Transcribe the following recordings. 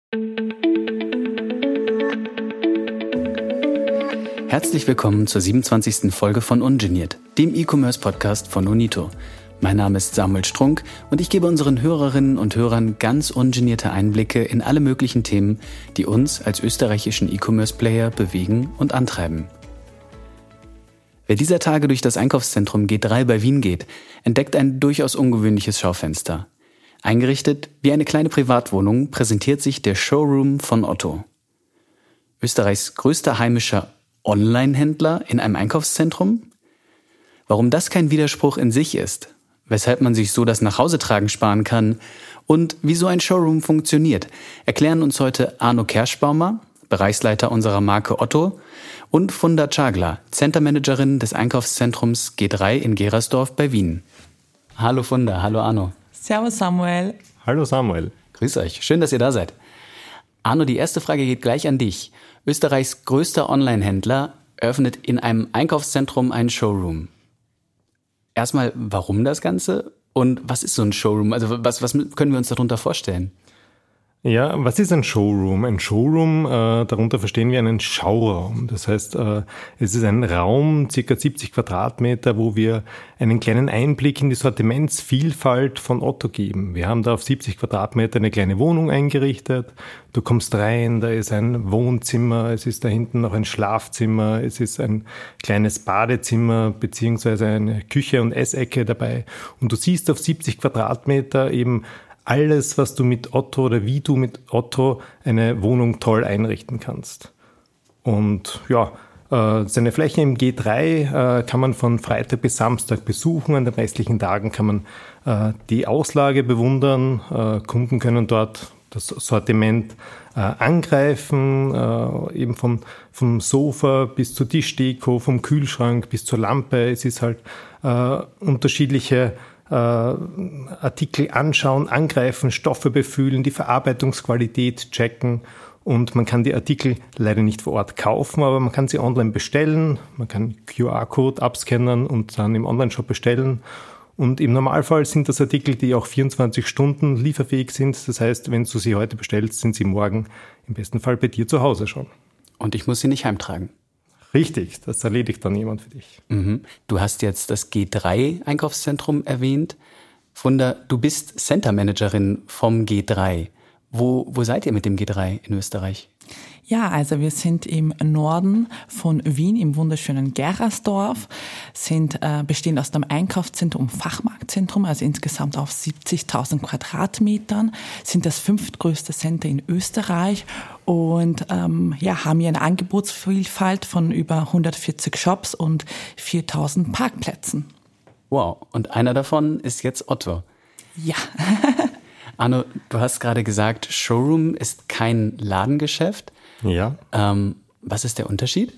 Herzlich willkommen zur 27. Folge von Ungeniert, dem E-Commerce-Podcast von Unito. Mein Name ist Samuel Strunk und ich gebe unseren Hörerinnen und Hörern ganz ungenierte Einblicke in alle möglichen Themen, die uns als österreichischen E-Commerce-Player bewegen und antreiben. Wer dieser Tage durch das Einkaufszentrum G3 bei Wien geht, entdeckt ein durchaus ungewöhnliches Schaufenster. Eingerichtet wie eine kleine Privatwohnung präsentiert sich der Showroom von Otto. Österreichs größter heimischer Online-Händler in einem Einkaufszentrum? Warum das kein Widerspruch in sich ist, weshalb man sich so das Nachhausetragen sparen kann und wie so ein Showroom funktioniert, erklären uns heute Arno Kerschbaumer, Bereichsleiter unserer Marke Otto, und Funda Cagla, Centermanagerin des Einkaufszentrums G3 in Gerersdorf bei Wien. Hallo Funda, hallo Arno. Servus Samuel. Hallo Samuel. Grüß euch, schön, dass ihr da seid. Arno, die erste Frage geht gleich an dich. Österreichs größter Online-Händler eröffnet in einem Einkaufszentrum einen Showroom. Erstmal, warum das Ganze? Und was ist so ein Showroom? Also was können wir uns darunter vorstellen? Ja, was ist ein Showroom? Ein Showroom, darunter verstehen wir einen Schauraum. Das heißt, es ist ein Raum, ca. 70 Quadratmeter, wo wir einen kleinen Einblick in die Sortimentsvielfalt von Otto geben. Wir haben da auf 70 Quadratmeter eine kleine Wohnung eingerichtet. Du kommst rein, da ist ein Wohnzimmer, es ist da hinten noch ein Schlafzimmer, es ist ein kleines Badezimmer beziehungsweise eine Küche und Essecke dabei. Und du siehst auf 70 Quadratmeter eben alles, was du mit Otto oder wie du mit Otto eine Wohnung toll einrichten kannst. Und ja, seine Fläche im G3 kann man von Freitag bis Samstag besuchen. An den restlichen Tagen kann man die Auslage bewundern. Kunden können dort das Sortiment angreifen, eben vom Sofa bis zur Tischdeko, vom Kühlschrank bis zur Lampe. Es ist halt unterschiedliche Artikel anschauen, angreifen, Stoffe befühlen, die Verarbeitungsqualität checken und man kann die Artikel leider nicht vor Ort kaufen, aber man kann sie online bestellen, man kann QR-Code abscannen und dann im Onlineshop bestellen und im Normalfall sind das Artikel, die auch 24 Stunden lieferfähig sind, das heißt, wenn du sie heute bestellst, sind sie morgen im besten Fall bei dir zu Hause schon. Und ich muss sie nicht heimtragen. Richtig, das erledigt dann jemand für dich. Mhm. Du hast jetzt das G3-Einkaufszentrum erwähnt. Funda, du bist Centermanagerin vom G3. Wo seid ihr mit dem G3 in Österreich? Ja, also wir sind im Norden von Wien, im wunderschönen Gerersdorf, bestehen aus dem Einkaufszentrum und Fachmarktzentrum, also insgesamt auf 70.000 Quadratmetern, sind das 5. größte Center in Österreich und haben hier eine Angebotsvielfalt von über 140 Shops und 4.000 Parkplätzen. Wow, und einer davon ist jetzt Otto. Ja. Arno, du hast gerade gesagt, Showroom ist kein Ladengeschäft. Ja. Was ist der Unterschied?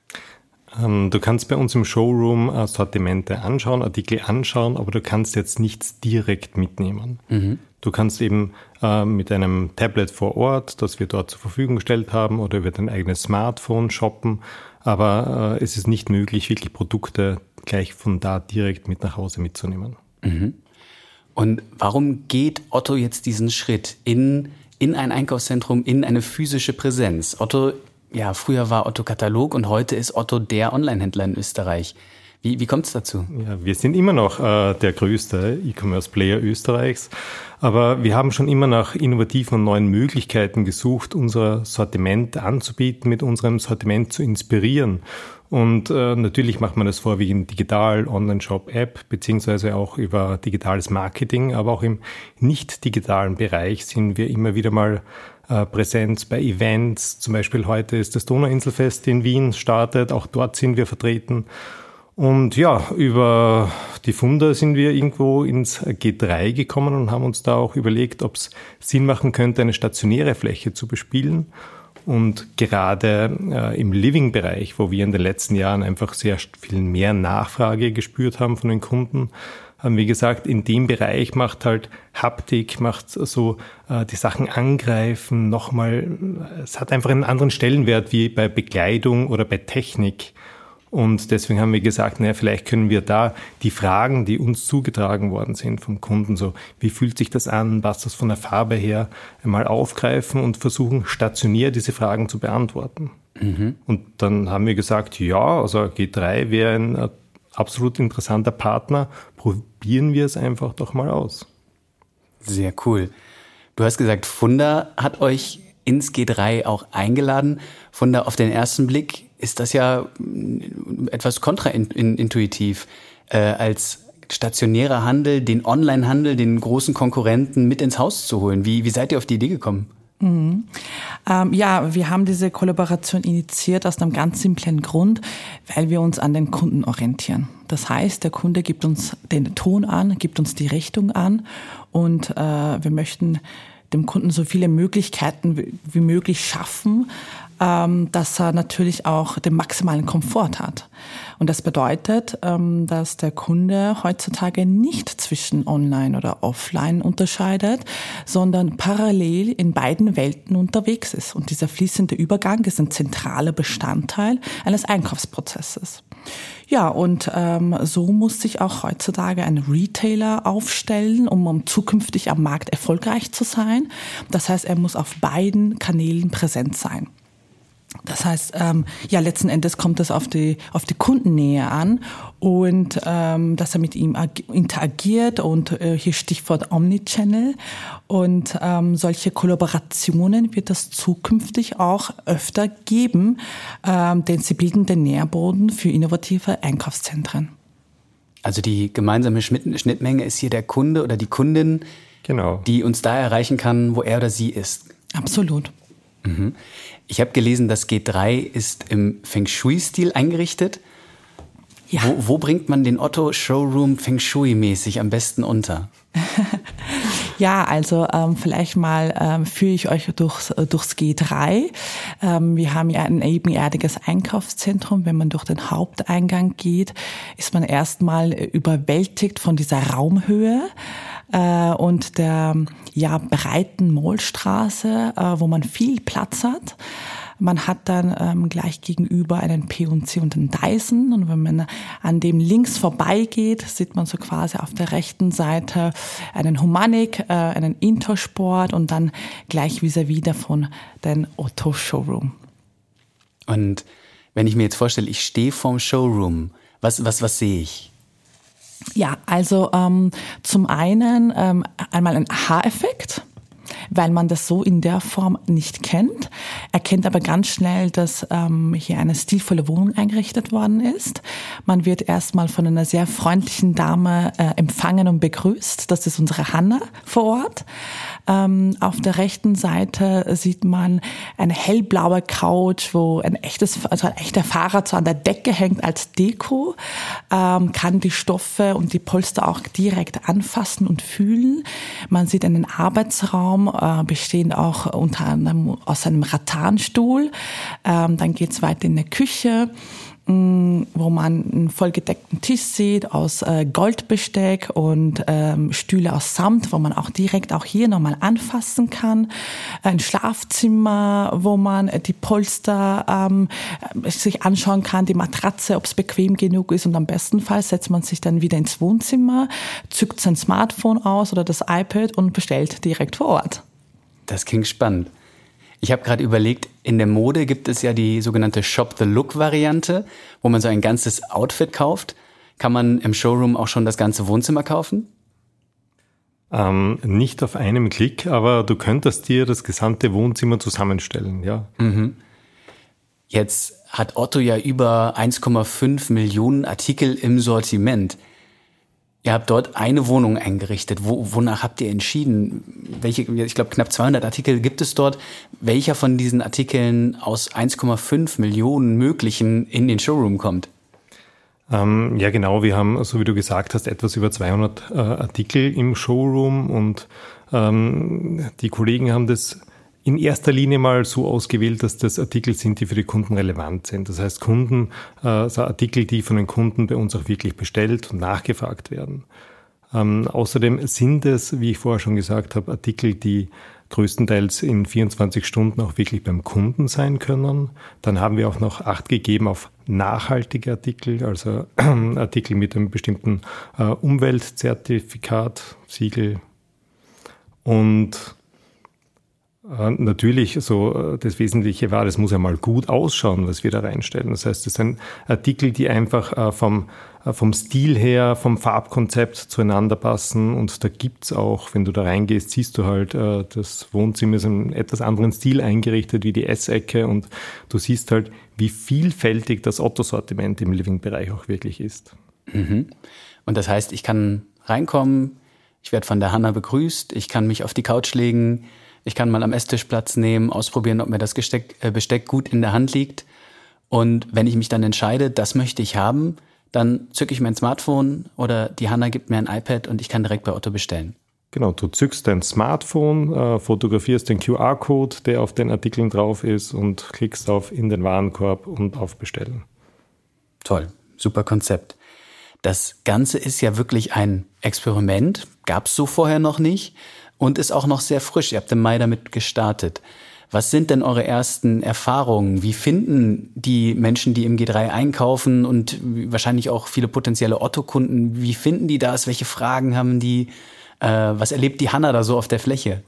Du kannst bei uns im Showroom Sortimente anschauen, Artikel anschauen, aber du kannst jetzt nichts direkt mitnehmen. Mhm. Du kannst eben mit einem Tablet vor Ort, das wir dort zur Verfügung gestellt haben, oder über dein eigenes Smartphone shoppen, aber es ist nicht möglich, wirklich Produkte gleich von da direkt mit nach Hause mitzunehmen. Mhm. Und warum geht Otto jetzt diesen Schritt in ein Einkaufszentrum, in eine physische Präsenz? Otto, ja, früher war Otto Katalog und heute ist Otto der Onlinehändler in Österreich. Wie kommt es dazu? Ja, wir sind immer noch der größte E-Commerce-Player Österreichs, aber wir haben schon immer nach innovativen und neuen Möglichkeiten gesucht, unser Sortiment anzubieten, mit unserem Sortiment zu inspirieren. Und natürlich macht man das vorwiegend digital, Online-Shop-App, beziehungsweise auch über digitales Marketing, aber auch im nicht-digitalen Bereich sind wir immer wieder mal präsent bei Events. Zum Beispiel heute ist das Donauinselfest in Wien startet, auch dort sind wir vertreten. Und ja, über die Funda sind wir irgendwo ins G3 gekommen und haben uns da auch überlegt, ob es Sinn machen könnte, eine stationäre Fläche zu bespielen. Und gerade im Living-Bereich, wo wir in den letzten Jahren einfach sehr viel mehr Nachfrage gespürt haben von den Kunden, haben wir gesagt, in dem Bereich macht halt Haptik, macht so die Sachen angreifen nochmal, es hat einfach einen anderen Stellenwert wie bei Bekleidung oder bei Technik. Und deswegen haben wir gesagt, vielleicht können wir da die Fragen, die uns zugetragen worden sind vom Kunden, so wie fühlt sich das an, passt das von der Farbe her, einmal aufgreifen und versuchen stationär diese Fragen zu beantworten. Und dann haben wir gesagt, ja, also G3 wäre ein absolut interessanter Partner, probieren wir es einfach doch mal aus. Sehr cool. Du hast gesagt, Funda hat euch ins G3 auch eingeladen. Funda, auf den ersten Blick ist das ja etwas kontraintuitiv, als stationärer Handel, den Onlinehandel, den großen Konkurrenten mit ins Haus zu holen. Wie seid ihr auf die Idee gekommen? Wir haben diese Kollaboration initiiert aus einem ganz simplen Grund, weil wir uns an den Kunden orientieren. Das heißt, der Kunde gibt uns den Ton an, gibt uns die Richtung an und wir möchten dem Kunden so viele Möglichkeiten wie möglich schaffen, dass er natürlich auch den maximalen Komfort hat. Und das bedeutet, dass der Kunde heutzutage nicht zwischen Online oder Offline unterscheidet, sondern parallel in beiden Welten unterwegs ist. Und dieser fließende Übergang ist ein zentraler Bestandteil eines Einkaufsprozesses. Ja, und so muss sich auch heutzutage ein Retailer aufstellen, um zukünftig am Markt erfolgreich zu sein. Das heißt, er muss auf beiden Kanälen präsent sein. Das heißt, letzten Endes kommt es auf die Kundennähe an und dass er mit ihm interagiert und hier Stichwort Omnichannel und solche Kollaborationen wird es zukünftig auch öfter geben, denn sie bilden den Nährboden für innovative Einkaufszentren. Also die gemeinsame Schnittmenge ist hier der Kunde oder die Kundin, genau, die uns da erreichen kann, wo er oder sie ist. Absolut. Ich habe gelesen, das G3 ist im Feng Shui-Stil eingerichtet. Ja. Wo bringt man den Otto Showroom Feng Shui-mäßig am besten unter? Ja, also vielleicht mal führe ich euch durchs G3. Wir haben ja ein ebenerdiges Einkaufszentrum. Wenn man durch den Haupteingang geht, ist man erstmal überwältigt von dieser Raumhöhe und der breiten Mallstraße, wo man viel Platz hat. Man hat dann gleich gegenüber einen P&C und einen Dyson. Und wenn man an dem links vorbeigeht, sieht man so quasi auf der rechten Seite einen Humanic, einen Intersport und dann gleich vis-à-vis davon den Otto Showroom. Und wenn ich mir jetzt vorstelle, ich stehe vorm Showroom, was sehe ich? Ja, also zum einen einmal ein Aha-Effekt, weil man das so in der Form nicht kennt. Erkennt aber ganz schnell, dass hier eine stilvolle Wohnung eingerichtet worden ist. Man wird erstmal von einer sehr freundlichen Dame empfangen und begrüßt. Das ist unsere Hanna vor Ort. Auf der rechten Seite sieht man eine hellblaue Couch, wo ein echter Fahrrad so an der Decke hängt als Deko, kann die Stoffe und die Polster auch direkt anfassen und fühlen. Man sieht einen Arbeitsraum, bestehend auch unter anderem aus einem Rattanstuhl. Dann geht's weiter in der Küche, wo man einen vollgedeckten Tisch sieht aus Goldbesteck und Stühle aus Samt, wo man auch direkt auch hier nochmal anfassen kann. Ein Schlafzimmer, wo man die Polster sich anschauen kann, die Matratze, ob es bequem genug ist und am besten Fall setzt man sich dann wieder ins Wohnzimmer, zückt sein Smartphone aus oder das iPad und bestellt direkt vor Ort. Das klingt spannend. Ich habe gerade überlegt, in der Mode gibt es ja die sogenannte Shop-the-Look-Variante, wo man so ein ganzes Outfit kauft. Kann man im Showroom auch schon das ganze Wohnzimmer kaufen? Nicht auf einem Klick, aber du könntest dir das gesamte Wohnzimmer zusammenstellen, ja. Jetzt hat Otto ja über 1,5 Millionen Artikel im Sortiment. Ihr habt dort eine Wohnung eingerichtet. Wonach habt ihr entschieden? Welche, ich glaube, knapp 200 Artikel gibt es dort. Welcher von diesen Artikeln aus 1,5 Millionen möglichen in den Showroom kommt? Ja, genau. Wir haben, so wie du gesagt hast, etwas über 200 Artikel im Showroom und die Kollegen haben das in erster Linie mal so ausgewählt, dass das Artikel sind, die für die Kunden relevant sind. Das heißt, so Artikel, die von den Kunden bei uns auch wirklich bestellt und nachgefragt werden. Außerdem sind es, wie ich vorher schon gesagt habe, Artikel, die größtenteils in 24 Stunden auch wirklich beim Kunden sein können. Dann haben wir auch noch Acht gegeben auf nachhaltige Artikel, also Artikel mit einem bestimmten Umweltzertifikat, Siegel. Und natürlich, so das Wesentliche war, das muss ja mal gut ausschauen, was wir da reinstellen. Das heißt, das sind Artikel, die einfach vom Stil her, vom Farbkonzept zueinander passen. Und da gibt's auch, wenn du da reingehst, siehst du halt, das Wohnzimmer ist in etwas anderen Stil eingerichtet wie die Essecke. Und du siehst halt, wie vielfältig das Otto-Sortiment im Living-Bereich auch wirklich ist. Mhm. Und das heißt, ich kann reinkommen, ich werde von der Hanna begrüßt, ich kann mich auf die Couch legen, ich kann mal am Esstisch Platz nehmen, ausprobieren, ob mir das Besteck gut in der Hand liegt. Und wenn ich mich dann entscheide, das möchte ich haben, dann zücke ich mein Smartphone oder die Hanna gibt mir ein iPad und ich kann direkt bei Otto bestellen. Genau, du zückst dein Smartphone, fotografierst den QR-Code, der auf den Artikeln drauf ist und klickst auf in den Warenkorb und auf Bestellen. Toll, super Konzept. Das Ganze ist ja wirklich ein Experiment, gab es so vorher noch nicht. Und ist auch noch sehr frisch. Ihr habt im Mai damit gestartet. Was sind denn eure ersten Erfahrungen? Wie finden die Menschen, die im G3 einkaufen und wahrscheinlich auch viele potenzielle Otto-Kunden, wie finden die das? Welche Fragen haben die? Was erlebt die Hanna da so auf der Fläche?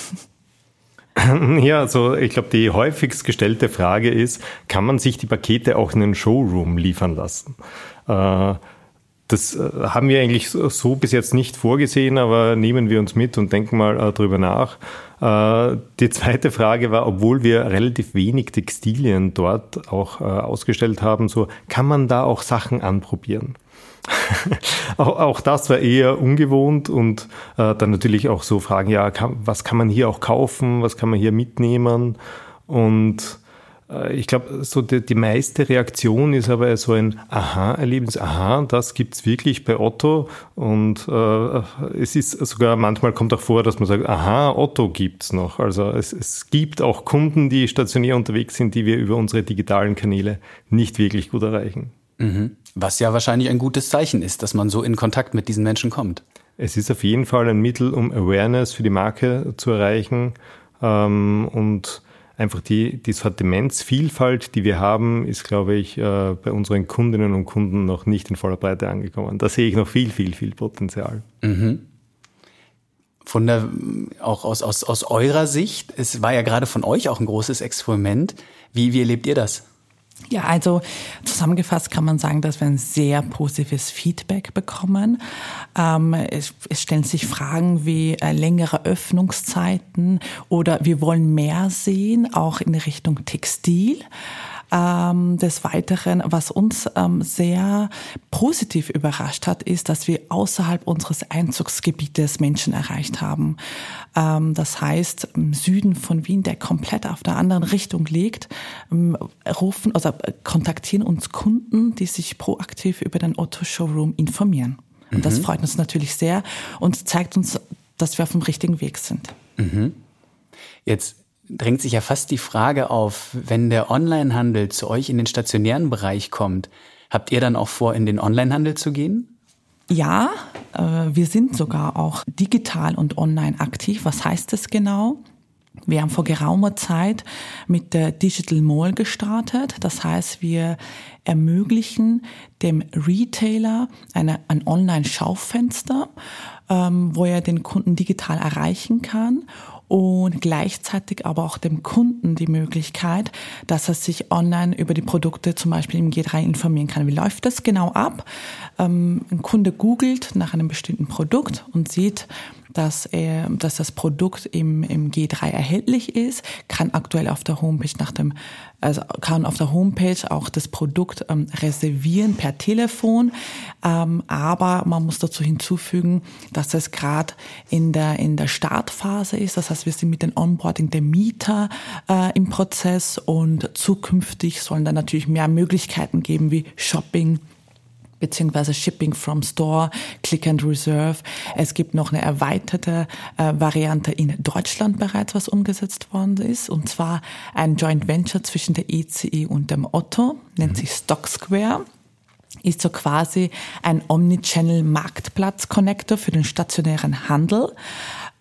Ja, also ich glaube, die häufigst gestellte Frage ist, kann man sich die Pakete auch in den Showroom liefern lassen? Das haben wir eigentlich so bis jetzt nicht vorgesehen, aber nehmen wir uns mit und denken mal drüber nach. Die zweite Frage war, obwohl wir relativ wenig Textilien dort auch ausgestellt haben, so kann man da auch Sachen anprobieren? Auch das war eher ungewohnt und dann natürlich auch so Fragen, ja, was kann man hier auch kaufen, was kann man hier mitnehmen? Und ich glaube, so die meiste Reaktion ist aber so ein Aha-Erlebnis. Aha, das gibt's wirklich bei Otto. Und es ist sogar, manchmal kommt auch vor, dass man sagt, aha, Otto gibt's noch. Also es gibt auch Kunden, die stationär unterwegs sind, die wir über unsere digitalen Kanäle nicht wirklich gut erreichen. Mhm. Was ja wahrscheinlich ein gutes Zeichen ist, dass man so in Kontakt mit diesen Menschen kommt. Es ist auf jeden Fall ein Mittel, um Awareness für die Marke zu erreichen und einfach die Sortimentsvielfalt, die wir haben, ist, glaube ich, bei unseren Kundinnen und Kunden noch nicht in voller Breite angekommen. Da sehe ich noch viel Potenzial. Mhm. Auch aus eurer Sicht, es war ja gerade von euch auch ein großes Experiment. Wie erlebt ihr das? Ja, also zusammengefasst kann man sagen, dass wir ein sehr positives Feedback bekommen. Es stellen sich Fragen wie längere Öffnungszeiten oder wir wollen mehr sehen, auch in Richtung Textil. Des Weiteren, was uns sehr positiv überrascht hat, ist, dass wir außerhalb unseres Einzugsgebietes Menschen erreicht haben. Das heißt, im Süden von Wien, der komplett auf der anderen Richtung liegt, kontaktieren uns Kunden, die sich proaktiv über den Otto Showroom informieren. Und das freut uns natürlich sehr und zeigt uns, dass wir auf dem richtigen Weg sind. Mhm. Jetzt drängt sich ja fast die Frage auf, wenn der Onlinehandel zu euch in den stationären Bereich kommt, habt ihr dann auch vor, in den Onlinehandel zu gehen? Ja, wir sind sogar auch digital und online aktiv. Was heißt das genau? Wir haben vor geraumer Zeit mit der Digital Mall gestartet. Das heißt, wir ermöglichen dem Retailer ein Online-Schaufenster, wo er den Kunden digital erreichen kann. Und gleichzeitig aber auch dem Kunden die Möglichkeit, dass er sich online über die Produkte zum Beispiel im G3 informieren kann. Wie läuft das genau ab? Ein Kunde googelt nach einem bestimmten Produkt und sieht, dass das Produkt im G3 erhältlich ist, kann aktuell auf der Homepage kann auf der Homepage auch das Produkt reservieren per Telefon, aber man muss dazu hinzufügen, dass es gerade in der Startphase ist. Das heißt, wir sind mit dem Onboarding der Mieter im Prozess und zukünftig sollen dann natürlich mehr Möglichkeiten geben wie Shopping beziehungsweise Shipping from Store, Click and Reserve. Es gibt noch eine erweiterte Variante in Deutschland bereits, was umgesetzt worden ist, und zwar ein Joint Venture zwischen der ECE und dem Otto, nennt sich Stock Square. Ist so quasi ein Omnichannel-Marktplatz-Connector für den stationären Handel.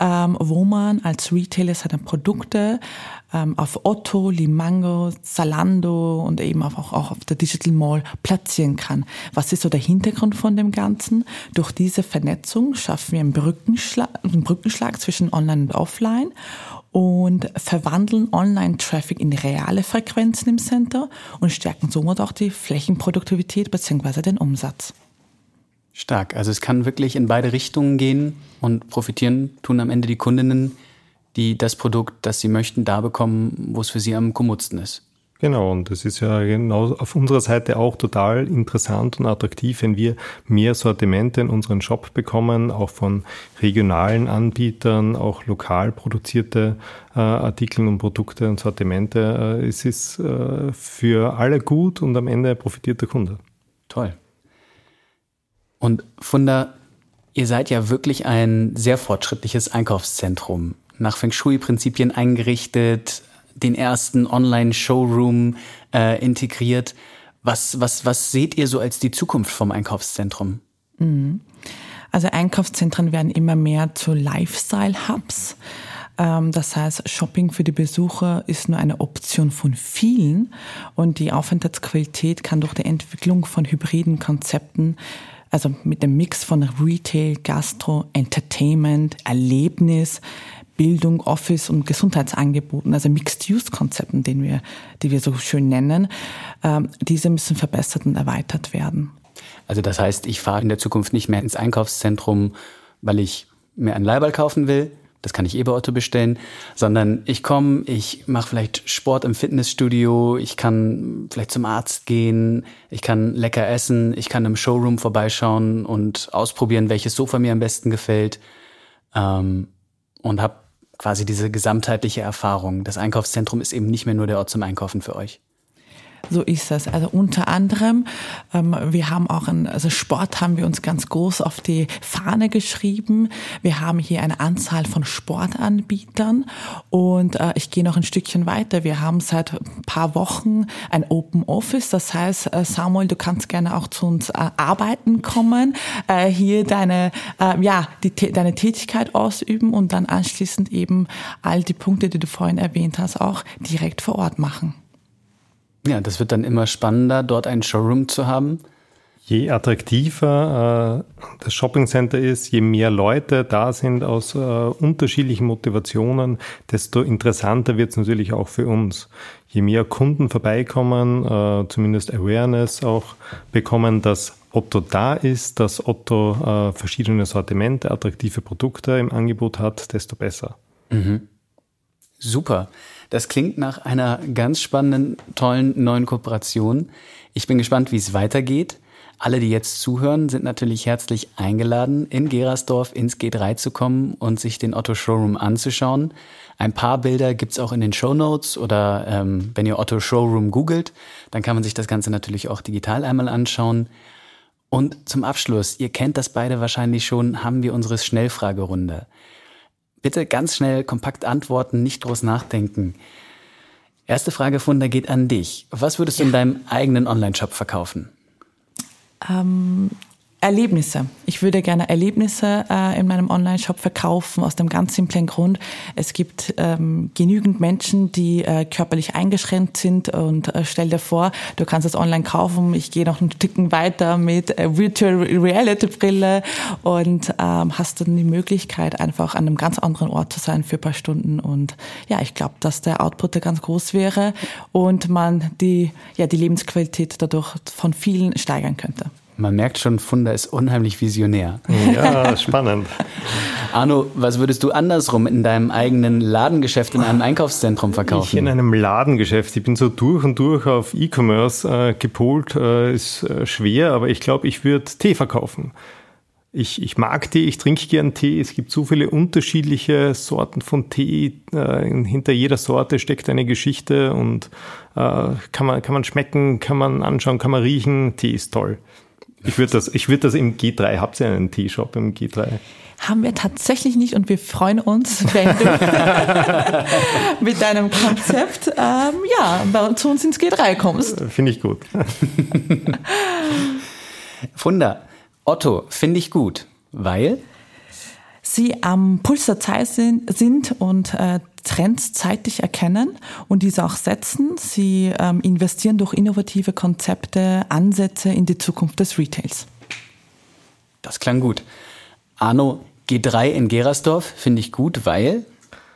wo man als Retailer seine Produkte auf Otto, Limango, Zalando und eben auch auf der Digital Mall platzieren kann. Was ist so der Hintergrund von dem Ganzen? Durch diese Vernetzung schaffen wir einen Brückenschlag zwischen Online und Offline und verwandeln Online-Traffic in reale Frequenzen im Center und stärken somit auch die Flächenproduktivität bzw. den Umsatz. Stark. Also es kann wirklich in beide Richtungen gehen und profitieren tun am Ende die Kundinnen, die das Produkt, das sie möchten, da bekommen, wo es für sie am kommodsten ist. Genau, und das ist ja genau auf unserer Seite auch total interessant und attraktiv, wenn wir mehr Sortimente in unseren Shop bekommen, auch von regionalen Anbietern, auch lokal produzierte Artikel und Produkte und Sortimente. Es ist für alle gut und am Ende profitiert der Kunde. Toll. Und Funda, ihr seid ja wirklich ein sehr fortschrittliches Einkaufszentrum. Nach Feng Shui-Prinzipien eingerichtet, den ersten Online-Showroom integriert. Was seht ihr so als die Zukunft vom Einkaufszentrum? Also Einkaufszentren werden immer mehr zu Lifestyle-Hubs. Das heißt, Shopping für die Besucher ist nur eine Option von vielen und die Aufenthaltsqualität kann durch die Entwicklung von hybriden Konzepten, also mit dem Mix von Retail, Gastro, Entertainment, Erlebnis, Bildung, Office und Gesundheitsangeboten, also Mixed-Use-Konzepten, die wir so schön nennen, diese müssen verbessert und erweitert werden. Also das heißt, ich fahre in der Zukunft nicht mehr ins Einkaufszentrum, weil ich mir ein Leiberl kaufen will, das kann ich bei Otto bestellen, sondern ich komme, ich mache vielleicht Sport im Fitnessstudio, ich kann vielleicht zum Arzt gehen, ich kann lecker essen, ich kann im Showroom vorbeischauen und ausprobieren, welches Sofa mir am besten gefällt, und habe quasi diese gesamtheitliche Erfahrung. Das Einkaufszentrum ist eben nicht mehr nur der Ort zum Einkaufen für euch. So ist es. Also unter anderem, wir haben auch Sport haben wir uns ganz groß auf die Fahne geschrieben. Wir haben hier eine Anzahl von Sportanbietern und ich gehe noch ein Stückchen weiter. Wir haben seit ein paar Wochen ein Open Office. Das heißt, Samuel, du kannst gerne auch zu uns arbeiten kommen, hier deine Tätigkeit ausüben und dann anschließend eben all die Punkte, die du vorhin erwähnt hast, auch direkt vor Ort machen. Ja, das wird dann immer spannender, dort einen Showroom zu haben. Je attraktiver das Shoppingcenter ist, je mehr Leute da sind aus unterschiedlichen Motivationen, desto interessanter wird es natürlich auch für uns. Je mehr Kunden vorbeikommen, zumindest Awareness auch bekommen, dass Otto da ist, dass Otto verschiedene Sortimente, attraktive Produkte im Angebot hat, desto besser. Mhm. Super. Das klingt nach einer ganz spannenden, tollen neuen Kooperation. Ich bin gespannt, wie es weitergeht. Alle, die jetzt zuhören, sind natürlich herzlich eingeladen, in Gerasdorf ins G3 zu kommen und sich den Otto Showroom anzuschauen. Ein paar Bilder gibt's auch in den Shownotes oder wenn ihr Otto Showroom googelt, dann kann man sich das Ganze natürlich auch digital einmal anschauen. Und zum Abschluss, ihr kennt das beide wahrscheinlich schon, haben wir unsere Schnellfragerunde. Bitte ganz schnell, kompakt antworten, nicht groß nachdenken. Erste Frage, Funda, geht an dich. Was würdest du in deinem eigenen Online-Shop verkaufen? Erlebnisse. Ich würde gerne Erlebnisse in meinem Online-Shop verkaufen, aus dem ganz simplen Grund. Es gibt genügend Menschen, die körperlich eingeschränkt sind und stell dir vor, du kannst es online kaufen. Ich gehe noch einen Ticken weiter mit Virtual Reality Brille und hast dann die Möglichkeit, einfach an einem ganz anderen Ort zu sein für ein paar Stunden. Und ja, ich glaube, dass der Output da ganz groß wäre und man die Lebensqualität dadurch von vielen steigern könnte. Man merkt schon, Funda ist unheimlich visionär. Ja, spannend. Arno, was würdest du andersrum in deinem eigenen Ladengeschäft in einem Einkaufszentrum verkaufen? Ich in einem Ladengeschäft. Ich bin so durch und durch auf E-Commerce gepolt. Ist schwer, aber ich glaube, ich würde Tee verkaufen. Ich mag Tee, ich trinke gern Tee. Es gibt so viele unterschiedliche Sorten von Tee. Hinter jeder Sorte steckt eine Geschichte und kann man schmecken, kann man anschauen, kann man riechen. Tee ist toll. Ich würde das im G3, habt ihr einen Teeshop im G3? Haben wir tatsächlich nicht und wir freuen uns, wenn du mit deinem Konzept zu uns ins G3 kommst. Finde ich gut. Funda, Otto, finde ich gut, weil? sie am Puls der Zeit sind und Trends zeitig erkennen und diese auch setzen. Sie investieren durch innovative Konzepte, Ansätze in die Zukunft des Retails. Das klang gut. Arno, G3 in Gerersdorf finde ich gut, weil?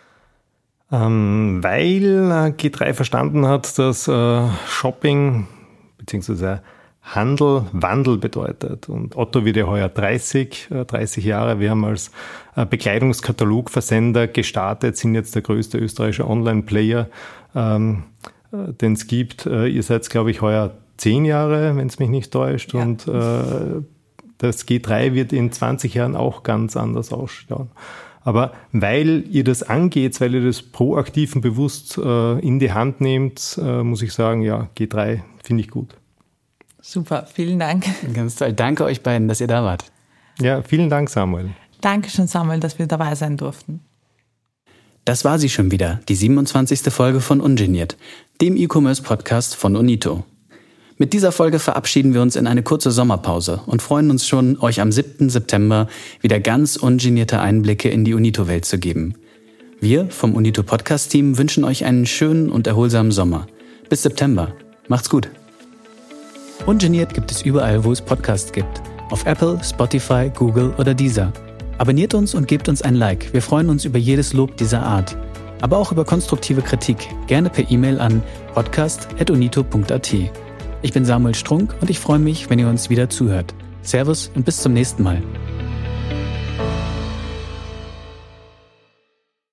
Weil G3 verstanden hat, dass Shopping bzw. Handel Wandel bedeutet. Und Otto wird ja heuer 30 Jahre. Wir haben als Bekleidungskatalogversender gestartet, sind jetzt der größte österreichische Online-Player, den es gibt. Ihr seid, glaube ich, heuer 10 Jahre, wenn es mich nicht täuscht. Ja. Und das G3 wird in 20 Jahren auch ganz anders ausschauen. Aber weil ihr das angeht, weil ihr das proaktiv und bewusst in die Hand nehmt, muss ich sagen, ja, G3 finde ich gut. Super, vielen Dank. Ganz toll. Danke euch beiden, dass ihr da wart. Ja, vielen Dank, Samuel. Dankeschön, Samuel, dass wir dabei sein durften. Das war sie schon wieder, die 27. Folge von Ungeniert, dem E-Commerce-Podcast von Unito. Mit dieser Folge verabschieden wir uns in eine kurze Sommerpause und freuen uns schon, euch am 7. September wieder ganz ungenierte Einblicke in die Unito-Welt zu geben. Wir vom Unito-Podcast-Team wünschen euch einen schönen und erholsamen Sommer. Bis September. Macht's gut. Ungeniert gibt es überall, wo es Podcasts gibt. Auf Apple, Spotify, Google oder Deezer. Abonniert uns und gebt uns ein Like. Wir freuen uns über jedes Lob dieser Art. Aber auch über konstruktive Kritik. Gerne per E-Mail an podcast@unito.at. Ich bin Samuel Strunk und ich freue mich, wenn ihr uns wieder zuhört. Servus und bis zum nächsten Mal.